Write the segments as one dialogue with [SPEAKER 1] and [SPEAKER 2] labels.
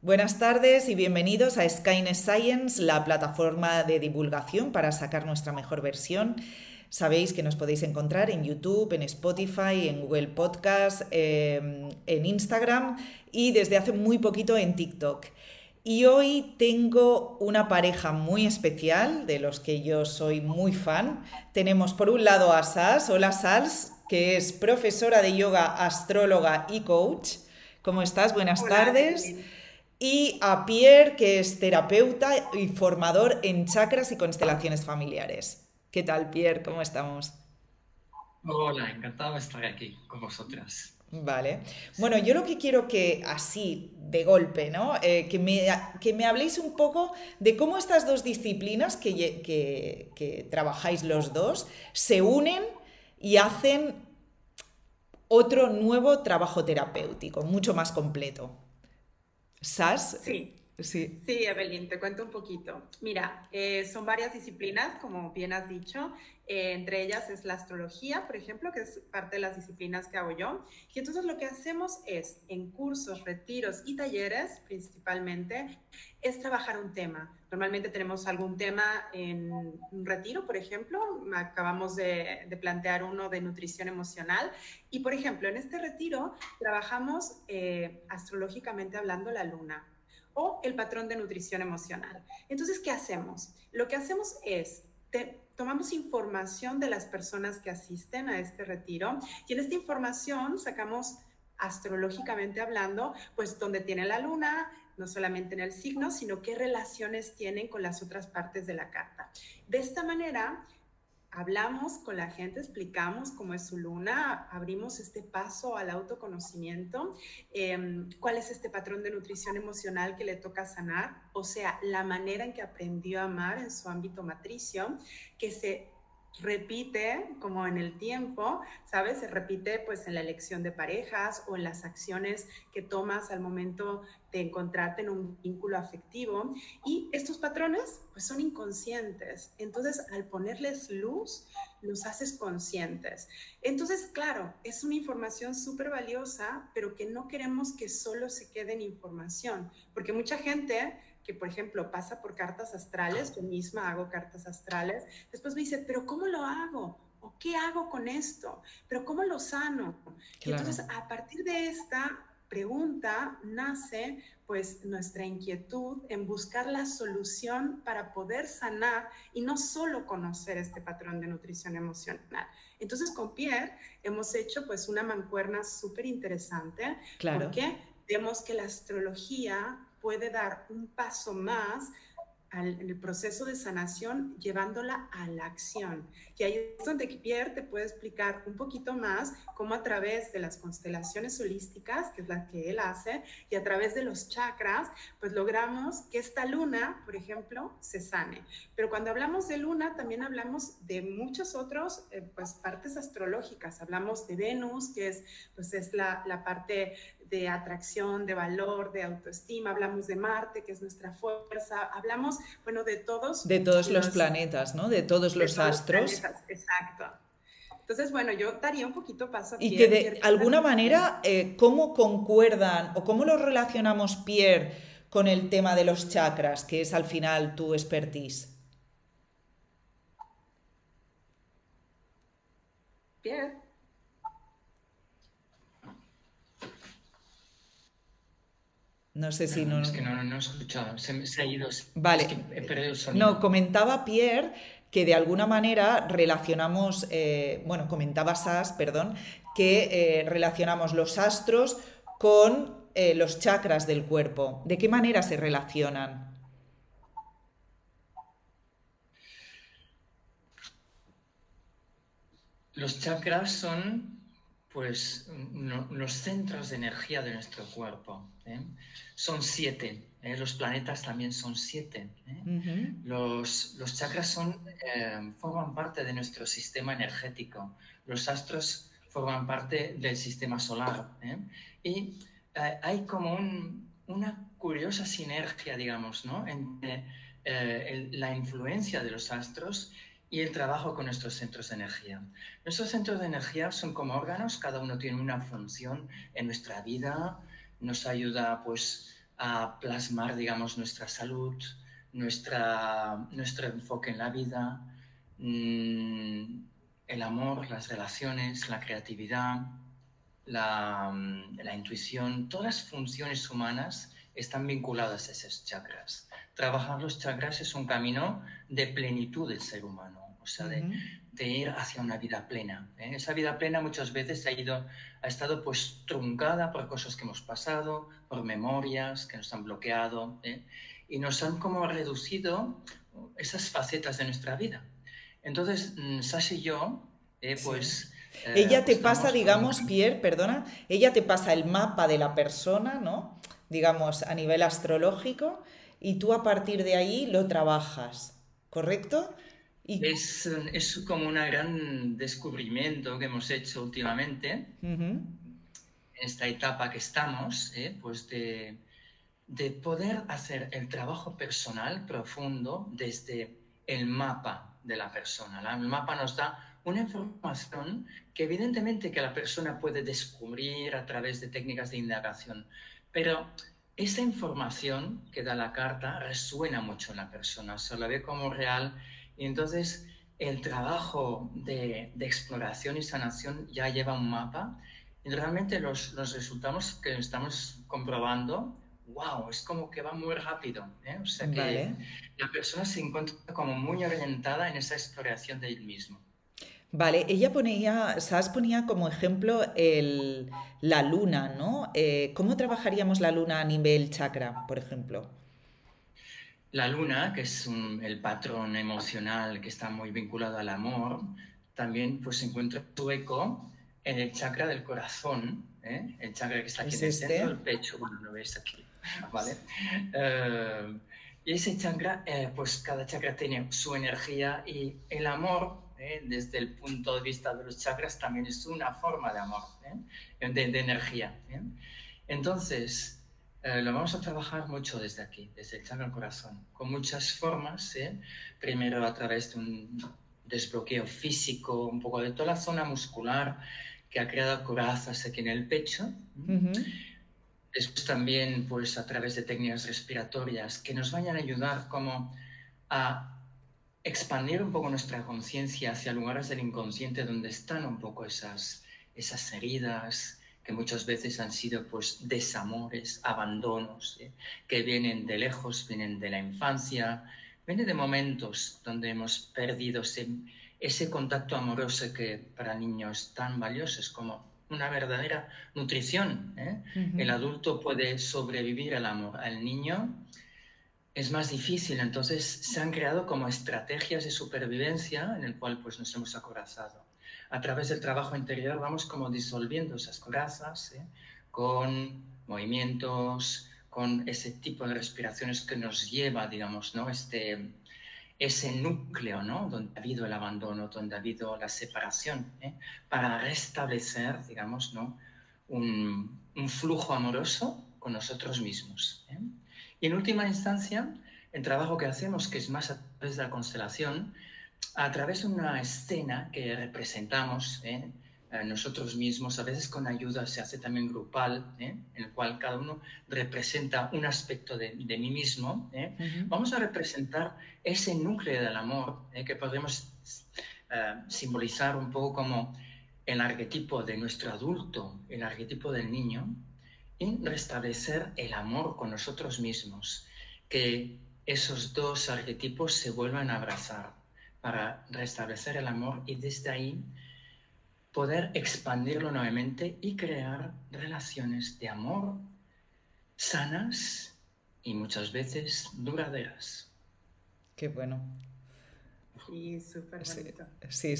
[SPEAKER 1] Buenas tardes y bienvenidos a Skynet Science, la plataforma de divulgación para sacar nuestra mejor versión. Sabéis que nos podéis encontrar en YouTube, en Spotify, en Google Podcast, en Instagram y desde hace muy poquito en TikTok. Y hoy tengo una pareja muy especial, de los que yo soy muy fan. Tenemos por un lado a Sas. Hola Sas, que es profesora de yoga, astróloga y coach. ¿Cómo estás? Buenas
[SPEAKER 2] Hola,
[SPEAKER 1] tardes.
[SPEAKER 2] Evelyn.
[SPEAKER 1] Y a Pierre, que es terapeuta y formador en chakras y constelaciones familiares. ¿Qué tal, Pierre? ¿Cómo estamos?
[SPEAKER 3] Hola, encantado de estar aquí con vosotras.
[SPEAKER 1] Vale. Bueno, yo lo que quiero que así, de golpe, ¿no? Que me habléis un poco de cómo estas dos disciplinas que trabajáis los dos se unen y hacen otro nuevo trabajo terapéutico, mucho más completo. ¿Sas?
[SPEAKER 2] Sí,
[SPEAKER 1] Sí.
[SPEAKER 2] sí, Evelyn, te cuento un poquito. Mira, son varias disciplinas, como bien has dicho. Entre ellas es la astrología, por ejemplo, que es parte de las disciplinas que hago yo. Y entonces lo que hacemos es, en cursos, retiros y talleres, principalmente, es trabajar un tema. Normalmente tenemos algún tema en un retiro, por ejemplo. Acabamos de plantear uno de nutrición emocional. Y, por ejemplo, en este retiro trabajamos astrológicamente hablando la luna o el patrón de nutrición emocional. Entonces, ¿qué hacemos? Lo que hacemos es, tomamos información de las personas que asisten a este retiro y en esta información sacamos astrológicamente hablando, pues dónde tiene la luna, no solamente en el signo, sino qué relaciones tienen con las otras partes de la carta. De esta manera, hablamos con la gente, explicamos cómo es su luna, abrimos este paso al autoconocimiento, cuál es este patrón de nutrición emocional que le toca sanar, o sea, la manera en que aprendió a amar en su ámbito matricio, que se repite como en el tiempo, ¿sabes? Se repite pues en la elección de parejas o en las acciones que tomas al momento de encontrarte en un vínculo afectivo. Y estos patrones pues son inconscientes. Entonces, al ponerles luz, los haces conscientes. Entonces, claro, es una información súper valiosa, pero que no queremos que solo se quede en información, porque mucha gente que, por ejemplo, pasa por cartas astrales, yo misma hago cartas astrales, después me dice, pero ¿cómo lo hago? ¿O qué hago con esto? ¿Pero cómo lo sano? Y
[SPEAKER 1] Claro.
[SPEAKER 2] entonces, a partir de esta pregunta nace pues nuestra inquietud en buscar la solución para poder sanar y no solo conocer este patrón de nutrición emocional. Entonces con Pierre hemos hecho pues una mancuerna súper interesante
[SPEAKER 1] Claro.
[SPEAKER 2] porque vemos que la astrología puede dar un paso más en el proceso de sanación llevándola a la acción. Y ahí es donde Pierre te puede explicar un poquito más cómo a través de las constelaciones holísticas, que es la que él hace, y a través de los chakras, pues logramos que esta luna, por ejemplo, se sane. Pero cuando hablamos de luna, también hablamos de muchos otros pues, partes astrológicas. Hablamos de Venus, que es, pues, es la parte de atracción, de valor, de autoestima. Hablamos de Marte, que es nuestra fuerza. Hablamos, bueno, de todos
[SPEAKER 1] De todos los
[SPEAKER 2] los,
[SPEAKER 1] planetas, ¿no? De todos
[SPEAKER 2] de
[SPEAKER 1] los
[SPEAKER 2] todos los
[SPEAKER 1] astros.
[SPEAKER 2] planetas, exacto. Entonces, bueno, yo daría un poquito paso a
[SPEAKER 1] Y que
[SPEAKER 2] Pierre.
[SPEAKER 1] de
[SPEAKER 2] Pierre, ¿qué tal?
[SPEAKER 1] alguna manera, ¿cómo concuerdan o cómo lo relacionamos, Pierre, con el tema de los chakras, que es al final tu expertise?
[SPEAKER 2] Pierre.
[SPEAKER 1] No sé si no.
[SPEAKER 3] Perdón, es que no he escuchado, se ha ido, es
[SPEAKER 1] Vale.
[SPEAKER 3] que he perdido el
[SPEAKER 1] No,
[SPEAKER 3] sonido.
[SPEAKER 1] comentaba Pierre que de alguna manera relacionamos, bueno, comentaba Sas, perdón, que relacionamos los astros con los chakras del cuerpo. ¿De qué manera se relacionan?
[SPEAKER 3] Los chakras son, pues, los centros de energía de nuestro cuerpo, ¿eh? Son 7, ¿eh? Los planetas también son 7, ¿eh?
[SPEAKER 1] Ujú.
[SPEAKER 3] Los chakras forman parte de nuestro sistema energético. Los astros forman parte del sistema solar, ¿eh? Y hay como una curiosa sinergia, digamos, ¿no? Entre la influencia de los astros y el trabajo con nuestros centros de energía. Nuestros centros de energía son como órganos, cada uno tiene una función en nuestra vida, nos ayuda pues a plasmar, digamos, nuestra salud, nuestro enfoque en la vida, el amor, las relaciones, la creatividad, la intuición. Todas las funciones humanas están vinculadas a esos chakras. Trabajar los chakras es un camino de plenitud del ser humano, o sea, de ir hacia una vida plena. Esa vida plena muchas veces ha estado pues truncada por cosas que hemos pasado, por memorias que nos han bloqueado, y nos han como reducido esas facetas de nuestra vida. Entonces, Sasha y yo, pues...
[SPEAKER 1] Ella te pasa, digamos, Pierre, perdona, ella te pasa el mapa de la persona, ¿no? Digamos, a nivel astrológico, y tú a partir de ahí lo trabajas, ¿correcto? Y...
[SPEAKER 3] Es como un gran descubrimiento que hemos hecho últimamente, en esta etapa que estamos, pues de poder hacer el trabajo personal profundo desde el mapa de la persona. El mapa nos da una información que evidentemente que la persona puede descubrir a través de técnicas de indagación, pero esa información que da la carta resuena mucho en la persona, se la ve como real, y entonces el trabajo de exploración y sanación ya lleva un mapa, y realmente los resultados que estamos comprobando, wow, es como que va muy rápido, o sea que la persona se encuentra como muy orientada en esa exploración de él mismo.
[SPEAKER 1] Vale, Sas ponía como ejemplo la luna, ¿no? ¿Cómo trabajaríamos la luna a nivel chakra, por ejemplo?
[SPEAKER 3] La luna, que es el patrón emocional que está muy vinculado al amor, también pues se encuentra su eco en el chakra del corazón, el chakra que está aquí en el centro del pecho, bueno, lo ves aquí, ¿vale? Y ese chakra, pues cada chakra tiene su energía, y el amor, desde el punto de vista de los chakras, también es una forma de amor, de energía. Entonces, lo vamos a trabajar mucho desde aquí, desde el chakra del corazón, con muchas formas. Primero a través de un desbloqueo físico, un poco de toda la zona muscular que ha creado corazas aquí en el pecho. Después también pues a través de técnicas respiratorias que nos vayan a ayudar como a expandir un poco nuestra conciencia hacia lugares del inconsciente donde están un poco esas heridas que muchas veces han sido pues desamores, abandonos, que vienen de lejos, vienen de la infancia, vienen de momentos donde hemos perdido ese contacto amoroso que para niños es tan valioso, es como una verdadera nutrición. El adulto puede sobrevivir al amor, al niño es más difícil, entonces se han creado como estrategias de supervivencia en el cual pues nos hemos acorazado. A través del trabajo interior vamos como disolviendo esas corazas, con movimientos, con ese tipo de respiraciones que nos lleva, digamos, ¿no? Ese núcleo, ¿no? Donde ha habido el abandono, donde ha habido la separación, para restablecer, digamos, ¿no? un flujo amoroso con nosotros mismos. Y en última instancia, el trabajo que hacemos, que es más a través de la constelación, a través de una escena que representamos nosotros mismos, a veces con ayuda se hace también grupal, en el cual cada uno representa un aspecto de mí mismo. Vamos a representar ese núcleo del amor, que podemos simbolizar un poco como el arquetipo de nuestro adulto, el arquetipo del niño, y restablecer el amor con nosotros mismos, que esos dos arquetipos se vuelvan a abrazar para restablecer el amor y desde ahí poder expandirlo nuevamente y crear relaciones de amor sanas y muchas veces duraderas.
[SPEAKER 1] Qué bueno.
[SPEAKER 2] Sí, súper bonito.
[SPEAKER 1] Sí.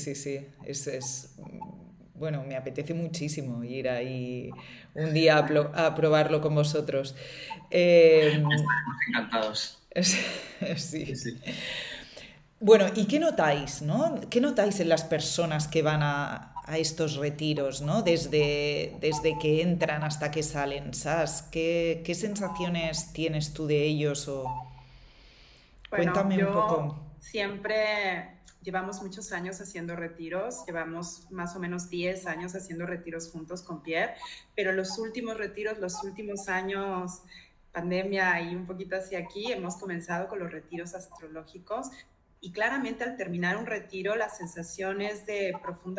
[SPEAKER 1] Bueno, me apetece muchísimo ir ahí un día a probarlo con vosotros.
[SPEAKER 3] Estamos encantados.
[SPEAKER 1] Sí. Bueno, ¿y qué notáis, no? ¿Qué notáis en las personas que van a estos retiros, ¿no? Desde que entran hasta que salen, ¿sabes? ¿Qué sensaciones tienes tú de ellos? Cuéntame un poco.
[SPEAKER 2] Siempre llevamos muchos años haciendo retiros, llevamos más o menos 10 años haciendo retiros juntos con Pierre, pero los últimos retiros, los últimos años, pandemia y un poquito hacia aquí, hemos comenzado con los retiros astrológicos. Y claramente al terminar un retiro, la sensación es de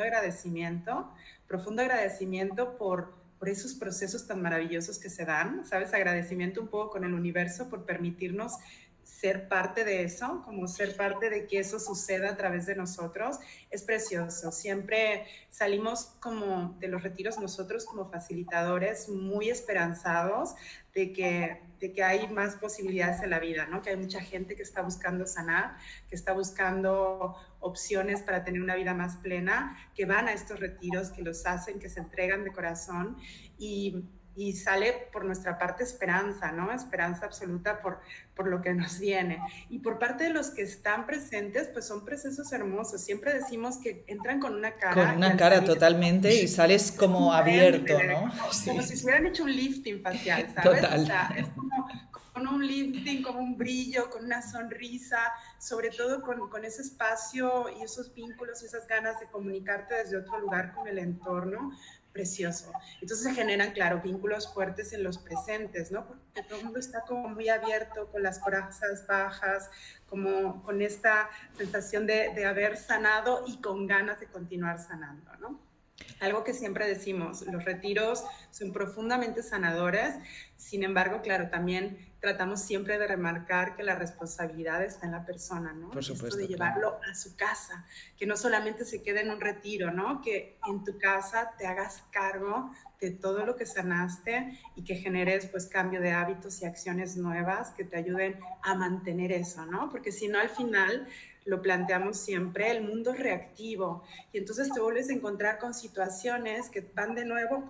[SPEAKER 2] profundo agradecimiento por esos procesos tan maravillosos que se dan, ¿sabes? Agradecimiento un poco con el universo por permitirnos ser parte de eso, como ser parte de que eso suceda a través de nosotros. Es precioso. Siempre salimos como de los retiros nosotros como facilitadores muy esperanzados de que hay más posibilidades en la vida, ¿no? Que hay mucha gente que está buscando sanar, que está buscando opciones para tener una vida más plena, que van a estos retiros, que los hacen, que se entregan de corazón y sale por nuestra parte esperanza, ¿no? Esperanza absoluta por lo que nos viene. Y por parte de los que están presentes, pues son procesos hermosos. Siempre decimos que entran con una cara.
[SPEAKER 1] Con una cara totalmente y sales como abierto, ¿no?
[SPEAKER 2] Como si se hubieran hecho un lifting facial, ¿sabes?
[SPEAKER 1] Total.
[SPEAKER 2] O sea, es como con un lifting, como un brillo, con una sonrisa, sobre todo con ese espacio y esos vínculos y esas ganas de comunicarte desde otro lugar con el entorno. Precioso. Entonces se generan, claro, vínculos fuertes en los presentes, ¿no? Porque todo el mundo está como muy abierto, con las corazas bajas, como con esta sensación de haber sanado y con ganas de continuar sanando, ¿no? Algo que siempre decimos, los retiros son profundamente sanadores, sin embargo, claro, también tratamos siempre de remarcar que la responsabilidad está en la persona, ¿no?
[SPEAKER 1] Por supuesto.
[SPEAKER 2] Esto de llevarlo a su casa, que no solamente se quede en un retiro, ¿no? Que en tu casa te hagas cargo de todo lo que sanaste y que generes, pues, cambio de hábitos y acciones nuevas que te ayuden a mantener eso, ¿no? Porque si no, al final, lo planteamos siempre, el mundo es reactivo y entonces te vuelves a encontrar con situaciones que van de nuevo.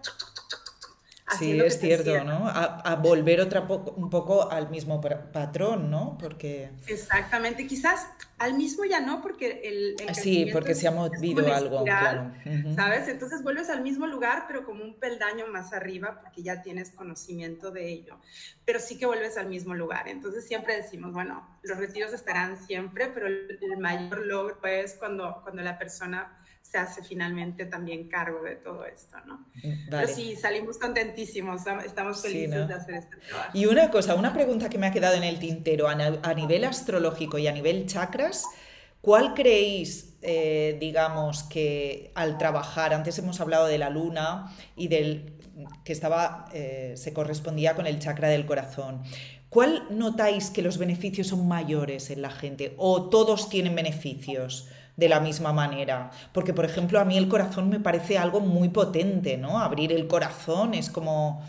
[SPEAKER 1] Sí, es cierto, ¿no? A volver un poco al mismo patrón, ¿no? Porque...
[SPEAKER 2] Exactamente, quizás al mismo ya no, porque el
[SPEAKER 1] sí, porque se ha movido algo, claro.
[SPEAKER 2] ¿Sabes? Entonces vuelves al mismo lugar, pero como un peldaño más arriba, porque ya tienes conocimiento de ello. Pero sí que vuelves al mismo lugar. Entonces siempre decimos, bueno, los retiros estarán siempre, pero el mayor logro es cuando la persona se hace finalmente también cargo de todo esto, ¿no? Vale. Pero sí, salimos contentísimos, estamos felices, sí, ¿no?, de hacer este trabajo.
[SPEAKER 1] Y una pregunta que me ha quedado en el tintero, a nivel astrológico y a nivel chakras, ¿cuál creéis, digamos, que al trabajar, antes hemos hablado de la luna y del que se correspondía con el chakra del corazón, ¿cuál notáis que los beneficios son mayores en la gente o todos tienen beneficios de la misma manera? Porque, por ejemplo, a mí el corazón me parece algo muy potente, ¿no? Abrir el corazón es como...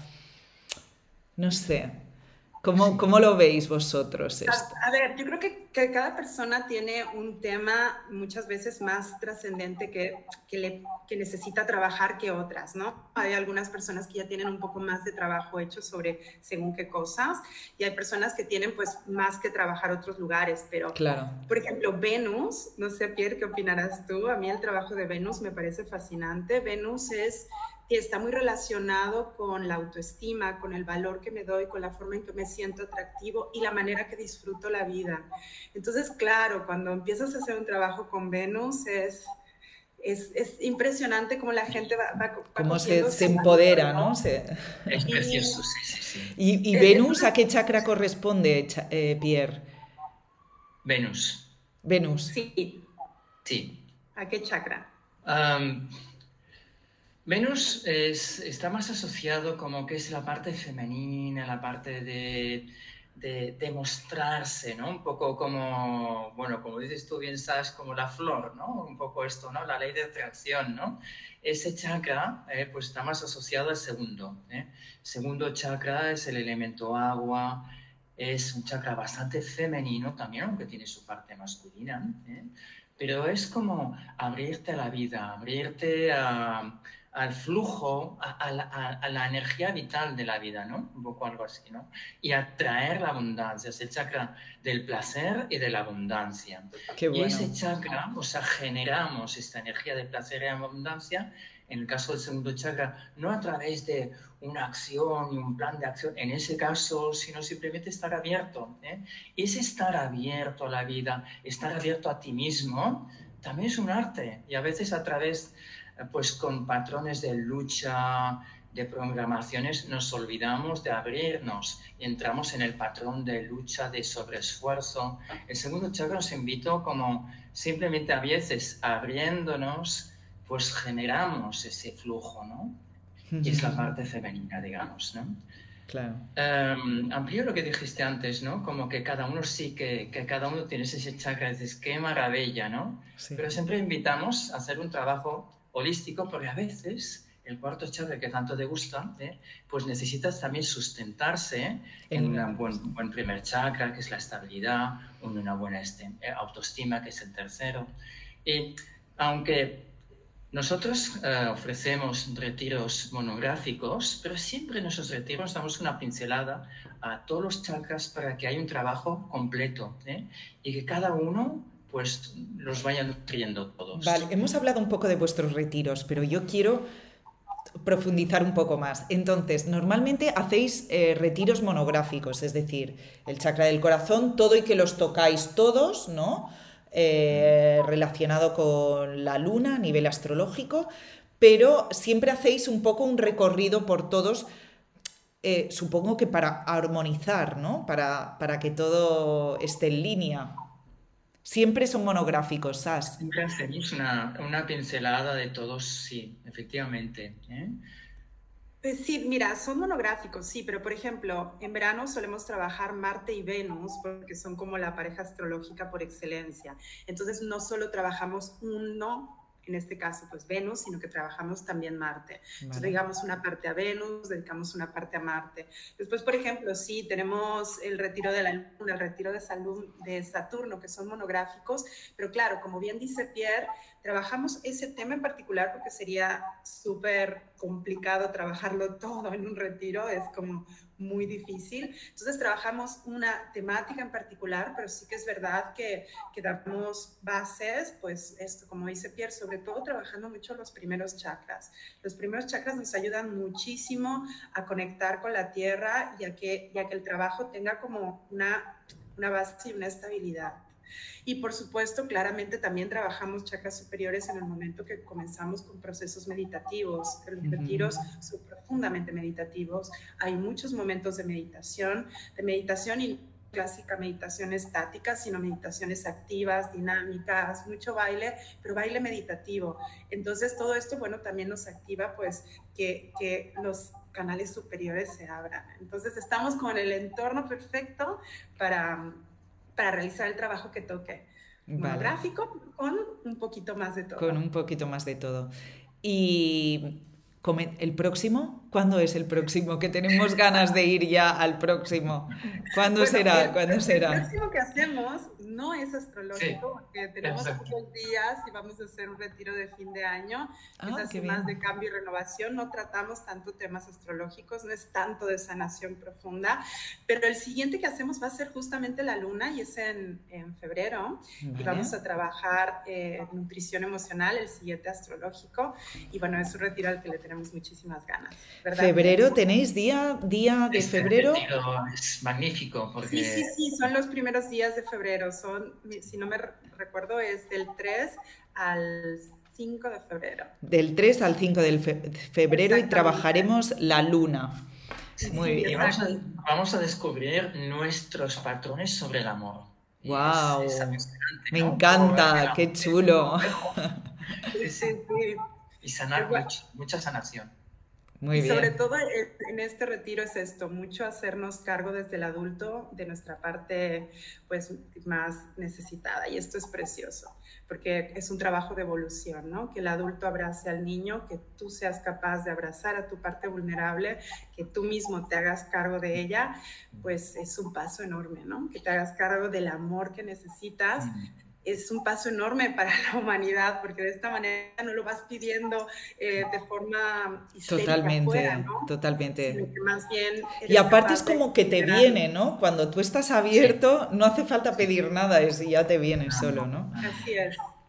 [SPEAKER 1] no sé. ¿Cómo lo veis vosotros esto?
[SPEAKER 2] A ver, yo creo que cada persona tiene un tema muchas veces más trascendente que necesita trabajar que otras, ¿no? Hay algunas personas que ya tienen un poco más de trabajo hecho sobre según qué cosas y hay personas que tienen pues más que trabajar otros lugares, pero
[SPEAKER 1] claro.
[SPEAKER 2] Por ejemplo, Venus, no sé, Pierre, ¿qué opinarás tú? A mí el trabajo de Venus me parece fascinante. Venus está muy relacionado con la autoestima, con el valor que me doy, con la forma en que me siento atractivo y la manera que disfruto la vida. Entonces, claro, cuando empiezas a hacer un trabajo con Venus es impresionante cómo la gente va
[SPEAKER 1] cómo se empodera, ¿no?
[SPEAKER 3] Es precioso, sí.
[SPEAKER 1] ¿Y Venus a qué chakra corresponde, Pierre?
[SPEAKER 3] Venus.
[SPEAKER 2] Sí. ¿A qué chakra?
[SPEAKER 3] Venus está más asociado como que es la parte femenina, la parte de mostrarse, ¿no? Un poco como, bueno, como dices tú bien, sabes, como la flor, ¿no? Un poco esto, ¿no? La ley de atracción, ¿no? Ese chakra, pues está más asociado al segundo, ¿eh? Segundo chakra es el elemento agua, es un chakra bastante femenino también, aunque tiene su parte masculina, ¿eh? Pero es como abrirte a la vida, abrirte al flujo, a la energía vital de la vida, ¿no? Un poco algo así, ¿no? Y atraer la abundancia, es el chakra del placer y de la abundancia.
[SPEAKER 1] Qué bueno.
[SPEAKER 3] Y ese chakra, o sea, generamos esta energía de placer y abundancia, en el caso del segundo chakra, no a través de una acción y un plan de acción, en ese caso, sino simplemente estar abierto, ¿eh? Y ese estar abierto a la vida, estar abierto a ti mismo, también es un arte, y a veces a través... pues con patrones de lucha, de programaciones nos olvidamos de abrirnos y entramos en el patrón de lucha, de sobreesfuerzo. El segundo chakra os invito como simplemente a veces abriéndonos, pues generamos ese flujo, ¿no? Y es la parte femenina, digamos, ¿no?
[SPEAKER 1] Claro.
[SPEAKER 3] Amplío lo que dijiste antes, ¿no? Como que cada uno que cada uno tiene ese chakra, dices, qué maravilla, ¿no?
[SPEAKER 1] Sí.
[SPEAKER 3] Pero siempre invitamos a hacer un trabajo holístico porque a veces el cuarto chakra que tanto te gusta, pues necesitas también sustentarse en un buen primer chakra, que es la estabilidad, una buena autoestima, que es el tercero. Y aunque nosotros ofrecemos retiros monográficos, pero siempre en nuestros retiros damos una pincelada a todos los chakras para que haya un trabajo completo, y que cada uno pues los vaya nutriendo todos.
[SPEAKER 1] Vale, hemos hablado un poco de vuestros retiros, pero yo quiero profundizar un poco más. Entonces, normalmente hacéis retiros monográficos, es decir, el chakra del corazón, todo y que los tocáis todos, ¿no? Relacionado con la luna a nivel astrológico, pero siempre hacéis un poco un recorrido por todos, supongo que para armonizar, ¿no? Para que todo esté en línea. Siempre son monográficos, Sas.
[SPEAKER 3] Siempre hacemos una pincelada de todos, sí, efectivamente.
[SPEAKER 2] Pues sí, mira, son monográficos, sí, pero por ejemplo, en verano solemos trabajar Marte y Venus porque son como la pareja astrológica por excelencia. Entonces no solo trabajamos uno, en este caso pues Venus, sino que trabajamos también Marte. Entonces dedicamos una parte a Venus, dedicamos una parte a Marte. Después, por ejemplo, sí, tenemos el retiro de la Luna, el retiro de Saturno, que son monográficos, pero claro, como bien dice Pierre, trabajamos ese tema en particular porque sería súper complicado trabajarlo todo en un retiro, es como muy difícil. Entonces trabajamos una temática en particular, pero sí que es verdad que damos bases, pues esto, como dice Pierre, sobre todo trabajando mucho los primeros chakras. Los primeros chakras nos ayudan muchísimo a conectar con la tierra y a que el trabajo tenga como una base y una estabilidad. Y por supuesto, claramente también trabajamos chakras superiores en el momento que comenzamos con procesos meditativos. Los retiros son profundamente meditativos. Hay muchos momentos de meditación y clásica meditación estática, sino meditaciones activas, dinámicas, mucho baile, pero baile meditativo. Entonces todo esto, bueno, también nos activa pues que los canales superiores se abran. Entonces estamos con el entorno perfecto para realizar el trabajo que toque. Monográfico, con un poquito más de todo.
[SPEAKER 1] Con un poquito más de todo. Y ¿el próximo? ¿Cuándo es el próximo? Que tenemos ganas de ir ya al próximo. ¿Cuándo será? ¿Cuándo será?
[SPEAKER 2] El próximo que hacemos no es astrológico, porque tenemos pocos días y vamos a hacer un retiro de fin de año. Es así más de cambio y renovación. No tratamos tanto temas astrológicos, no es tanto de sanación profunda, pero el siguiente que hacemos va a ser justamente la luna y es en febrero. Vale. Y vamos a trabajar nutrición emocional, el siguiente astrológico. Y bueno, es un retiro al que le tenemos muchísimas ganas. ¿Verdad?
[SPEAKER 1] ¿Febrero tenéis día de febrero?
[SPEAKER 3] Es magnífico. Porque...
[SPEAKER 2] Sí, son los primeros días de febrero. Si no me recuerdo, es del 3 al 5 de febrero.
[SPEAKER 1] Del 3 al 5 de febrero y trabajaremos la luna. Muy bien.
[SPEAKER 3] Y vamos a descubrir nuestros patrones sobre el amor.
[SPEAKER 1] ¡Wow! Me encanta, qué chulo.
[SPEAKER 2] Sí.
[SPEAKER 3] Y sanar mucha sanación.
[SPEAKER 1] Muy bien.
[SPEAKER 2] Y sobre todo en este retiro es esto, mucho hacernos cargo desde el adulto de nuestra parte pues más necesitada, y esto es precioso, porque es un trabajo de evolución, ¿no? Que el adulto abrace al niño, que tú seas capaz de abrazar a tu parte vulnerable, que tú mismo te hagas cargo de ella, pues es un paso enorme, ¿no? Que te hagas cargo del amor que necesitas. Es un paso enorme para la humanidad, porque de esta manera no lo vas pidiendo de forma histérica.
[SPEAKER 1] Totalmente.
[SPEAKER 2] Sino que más bien
[SPEAKER 1] y aparte es como que te viene, ¿no? Cuando tú estás abierto, no hace falta pedir nada, ya te viene solo, ¿no?
[SPEAKER 2] Así es.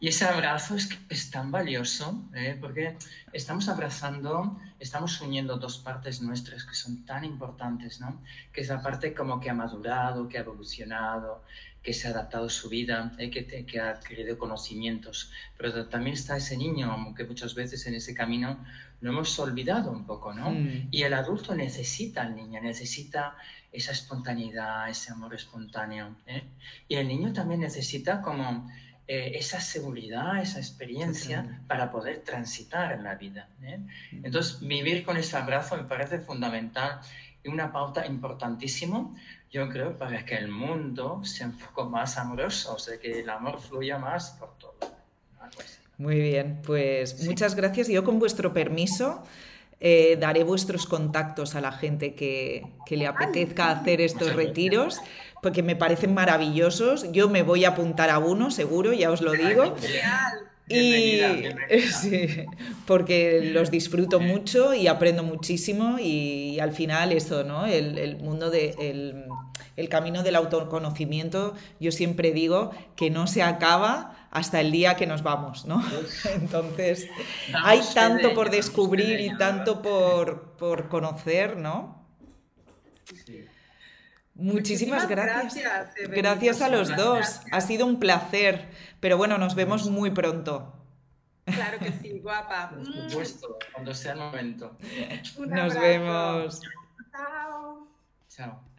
[SPEAKER 3] Y ese abrazo es tan valioso, porque estamos abrazando, estamos uniendo dos partes nuestras que son tan importantes, ¿no? Que es la parte como que ha madurado, que ha evolucionado, que se ha adaptado a su vida, que ha adquirido conocimientos. Pero también está ese niño que muchas veces en ese camino lo hemos olvidado un poco, ¿no? Y el adulto necesita al niño, necesita esa espontaneidad, ese amor espontáneo. Y el niño también necesita como esa seguridad, esa experiencia para poder transitar en la vida. Entonces, vivir con ese abrazo me parece fundamental y una pauta importantísima, yo creo, para que el mundo sea un poco más amoroso, o sea, que el amor fluya más por todo. Algo así.
[SPEAKER 1] Muy bien, pues muchas gracias. Yo, con vuestro permiso, daré vuestros contactos a la gente que le apetezca hacer estos retiros, porque me parecen maravillosos. Yo me voy a apuntar a uno, seguro, ya os lo digo.
[SPEAKER 3] Bienvenida.
[SPEAKER 1] Sí, porque los disfruto mucho y aprendo muchísimo, y al final eso, ¿no? El mundo el camino del autoconocimiento, yo siempre digo que no se acaba hasta el día que nos vamos, ¿no? Entonces, hay tanto por descubrir y tanto por conocer, ¿no?
[SPEAKER 3] Sí.
[SPEAKER 1] Muchísimas gracias.
[SPEAKER 2] Gracias
[SPEAKER 1] a los dos.
[SPEAKER 2] Gracias.
[SPEAKER 1] Ha sido un placer. Pero bueno, nos vemos muy pronto.
[SPEAKER 2] Claro que sí, guapa.
[SPEAKER 3] Por supuesto, cuando sea el momento.
[SPEAKER 2] Un
[SPEAKER 1] Nos
[SPEAKER 2] abrazo.
[SPEAKER 1] vemos.
[SPEAKER 2] Chao.
[SPEAKER 3] Chao.